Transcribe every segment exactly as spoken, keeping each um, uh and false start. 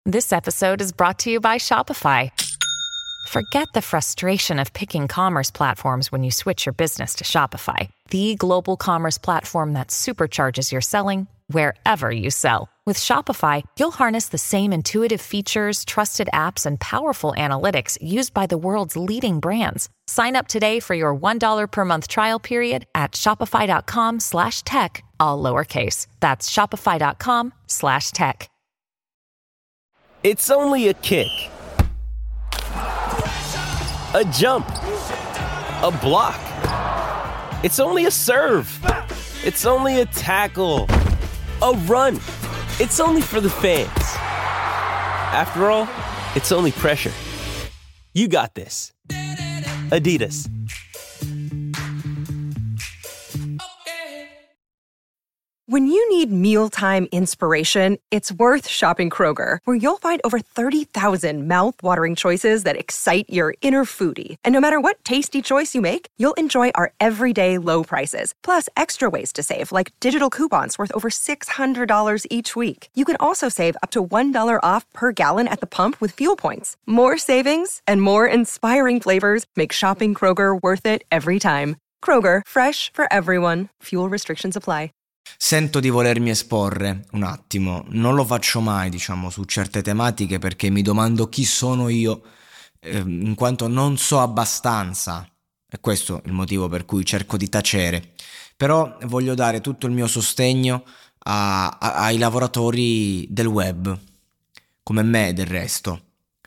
This episode is brought to you by Shopify. Forget the frustration of picking commerce platforms when you switch your business to Shopify, the global commerce platform that supercharges your selling wherever you sell. With Shopify, you'll harness the same intuitive features, trusted apps, and powerful analytics used by the world's leading brands. Sign up today for your one dollar per month trial period at shopify.com slash tech, all lowercase. That's shopify.com slash tech. It's only a kick, a jump, a block. It's only a serve. It's only a tackle, a run. It's only for the fans. After all, it's only pressure. You got this. Adidas. When you need mealtime inspiration, it's worth shopping Kroger, where you'll find over thirty thousand mouth-watering choices that excite your inner foodie. And no matter what tasty choice you make, you'll enjoy our everyday low prices, plus extra ways to save, like digital coupons worth over six hundred dollars each week. You can also save up to one dollar off per gallon at the pump with fuel points. More savings and more inspiring flavors make shopping Kroger worth it every time. Kroger, fresh for everyone. Fuel restrictions apply. Sento di volermi esporre un attimo, non lo faccio mai, diciamo, su certe tematiche perché mi domando chi sono io, eh, in quanto non so abbastanza, e questo è il motivo per cui cerco di tacere, però voglio dare tutto il mio sostegno a, a, ai lavoratori del web, come me del resto.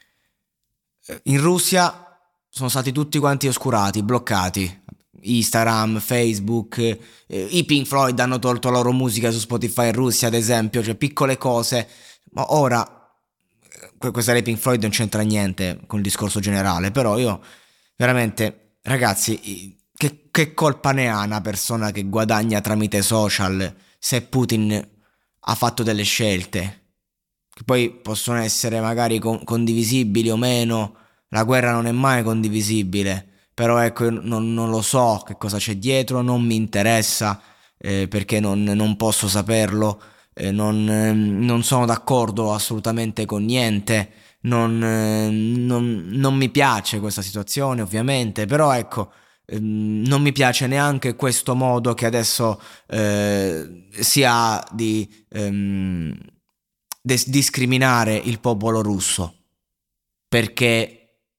In Russia sono stati tutti quanti oscurati, bloccati. Instagram, Facebook, eh, i Pink Floyd hanno tolto la loro musica su Spotify in Russia, ad esempio, cioè piccole cose. Ma ora questa dei Pink Floyd non c'entra niente con il discorso generale, però io veramente, ragazzi, che, che colpa ne ha una persona che guadagna tramite social se Putin ha fatto delle scelte che poi possono essere magari con- condivisibili o meno? La guerra non è mai condivisibile, però ecco, io non, non lo so che cosa c'è dietro, non mi interessa, eh, perché non, non posso saperlo, eh, non, eh, non sono d'accordo assolutamente con niente, non, eh, non, non mi piace questa situazione ovviamente, però ecco, ehm, non mi piace neanche questo modo che adesso eh, si ha di ehm, des- discriminare il popolo russo, perché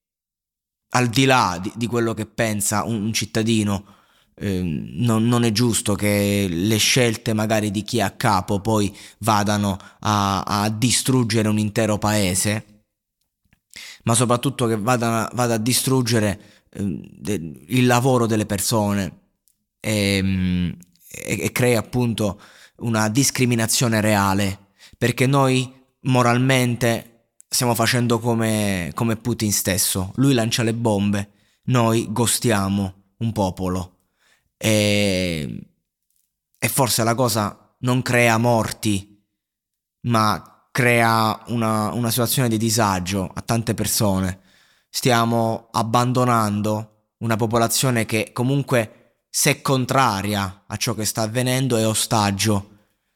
al di là di, di quello che pensa un, un cittadino, eh, non, non è giusto che le scelte magari di chi è a capo poi vadano a, a distruggere un intero paese, ma soprattutto che vada, vada a distruggere eh, de, il lavoro delle persone e, e, e crea appunto una discriminazione reale, perché noi moralmente stiamo facendo come, come Putin stesso. Lui lancia le bombe, noi ghostiamo un popolo e, e forse la cosa non crea morti, ma crea una, una situazione di disagio a tante persone. Stiamo abbandonando una popolazione che comunque, se contraria a ciò che sta avvenendo, è ostaggio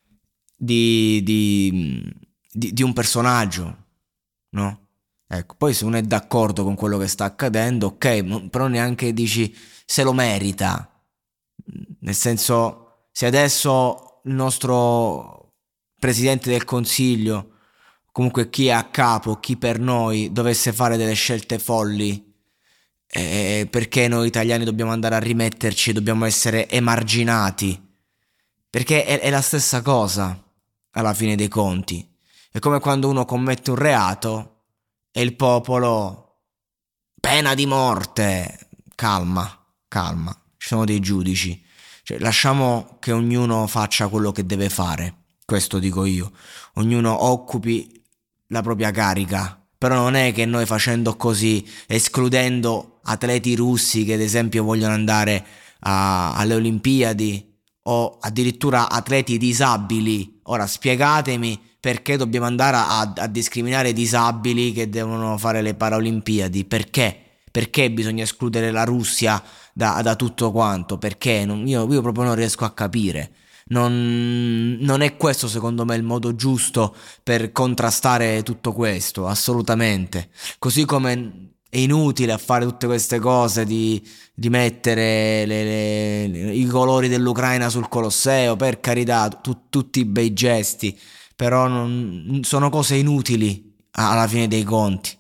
di, di, di, di un personaggio, no? Ecco, poi se uno è d'accordo con quello che sta accadendo, ok, però neanche dici se lo merita. Nel senso, se adesso il nostro Presidente del Consiglio, comunque chi è a capo, chi per noi, dovesse fare delle scelte folli, eh, perché noi italiani dobbiamo andare a rimetterci, dobbiamo essere emarginati? Perché è, è la stessa cosa alla fine dei conti. È come quando uno commette un reato e il popolo, pena di morte. Calma, calma, ci sono dei giudici. Cioè, lasciamo che ognuno faccia quello che deve fare, questo dico io. Ognuno occupi la propria carica, però non è che noi facendo così, escludendo atleti russi che ad esempio vogliono andare a, alle Olimpiadi, o addirittura atleti disabili. Ora spiegatemi perché dobbiamo andare a, a discriminare i disabili che devono fare le Paralimpiadi. Perché? Perché bisogna escludere la Russia da, da tutto quanto? Perché? Non, io, io proprio non riesco a capire. Non, non è questo secondo me il modo giusto per contrastare tutto questo, assolutamente. Così come è inutile a fare tutte queste cose di, di mettere le, le, le, i colori dell'Ucraina sul Colosseo, per carità, tu, tutti i bei gesti, però non, sono cose inutili alla fine dei conti.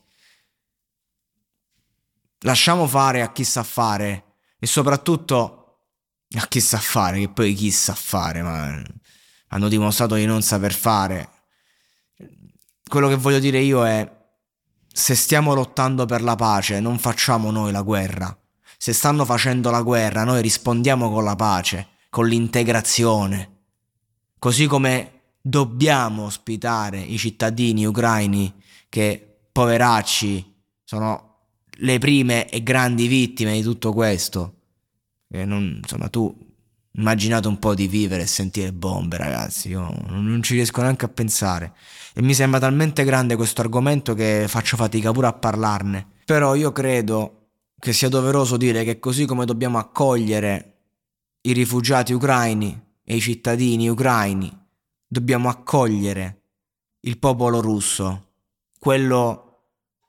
Lasciamo fare a chi sa fare e soprattutto a chi sa fare, che poi chi sa fare, ma hanno dimostrato di non saper fare. Quello che voglio dire io è: se stiamo lottando per la pace, non facciamo noi la guerra. Se stanno facendo la guerra, noi rispondiamo con la pace, con l'integrazione. Così come dobbiamo ospitare i cittadini ucraini che, poveracci, sono le prime e grandi vittime di tutto questo. E non, insomma, tu immaginate un po' di vivere e sentire bombe, ragazzi. Io non ci riesco neanche a pensare. E mi sembra talmente grande questo argomento che faccio fatica pure a parlarne. Però io credo che sia doveroso dire che così come dobbiamo accogliere i rifugiati ucraini e i cittadini ucraini, dobbiamo accogliere il popolo russo, quello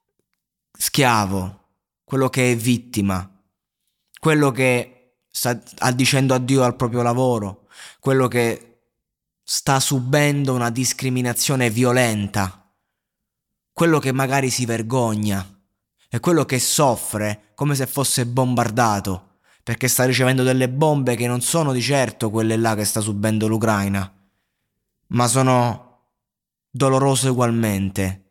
schiavo, quello che è vittima, quello che sta dicendo addio al proprio lavoro, quello che sta subendo una discriminazione violenta, quello che magari si vergogna, e quello che soffre come se fosse bombardato, perché sta ricevendo delle bombe che non sono di certo quelle là che sta subendo l'Ucraina, ma sono dolorose ugualmente.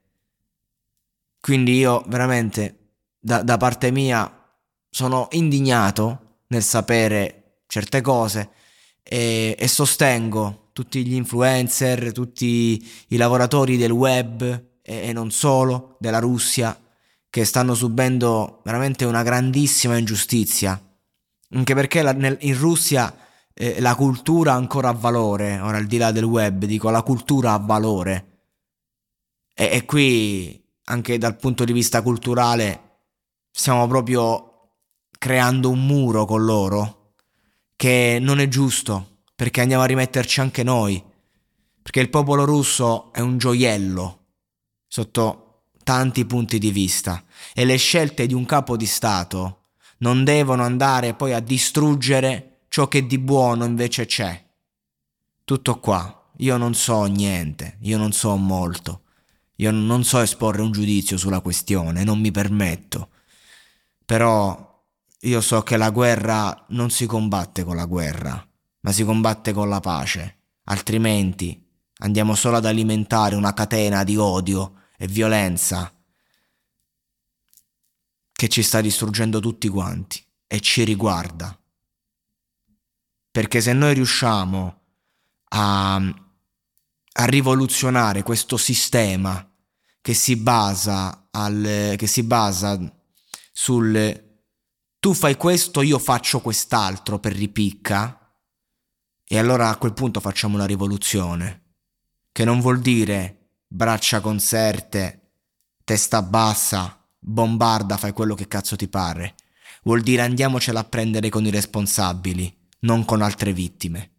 Quindi io veramente, da, da parte mia, sono indignato nel sapere certe cose e, e sostengo tutti gli influencer, tutti i lavoratori del web e, e non solo, della Russia, che stanno subendo veramente una grandissima ingiustizia, anche perché la, nel, in Russia eh, la cultura ancora ha valore. Ora, al di là del web, dico, la cultura ha valore, e, e qui anche dal punto di vista culturale stiamo proprio creando un muro con loro che non è giusto, perché andiamo a rimetterci anche noi, perché il popolo russo è un gioiello sotto tanti punti di vista, e le scelte di un capo di Stato non devono andare poi a distruggere ciò che di buono invece c'è. Tutto qua. Io non so niente, io non so molto, io non so esporre un giudizio sulla questione, non mi permetto, però io so che la guerra non si combatte con la guerra, ma si combatte con la pace, altrimenti andiamo solo ad alimentare una catena di odio e violenza che ci sta distruggendo tutti quanti e ci riguarda. Perché se noi riusciamo a, a rivoluzionare questo sistema che si basa al, che si basa sul tu fai questo, io faccio quest'altro per ripicca, e allora a quel punto facciamo una rivoluzione, che non vuol dire braccia conserte, testa bassa, bombarda, fai quello che cazzo ti pare. Vuol dire andiamocela a prendere con i responsabili, non con altre vittime.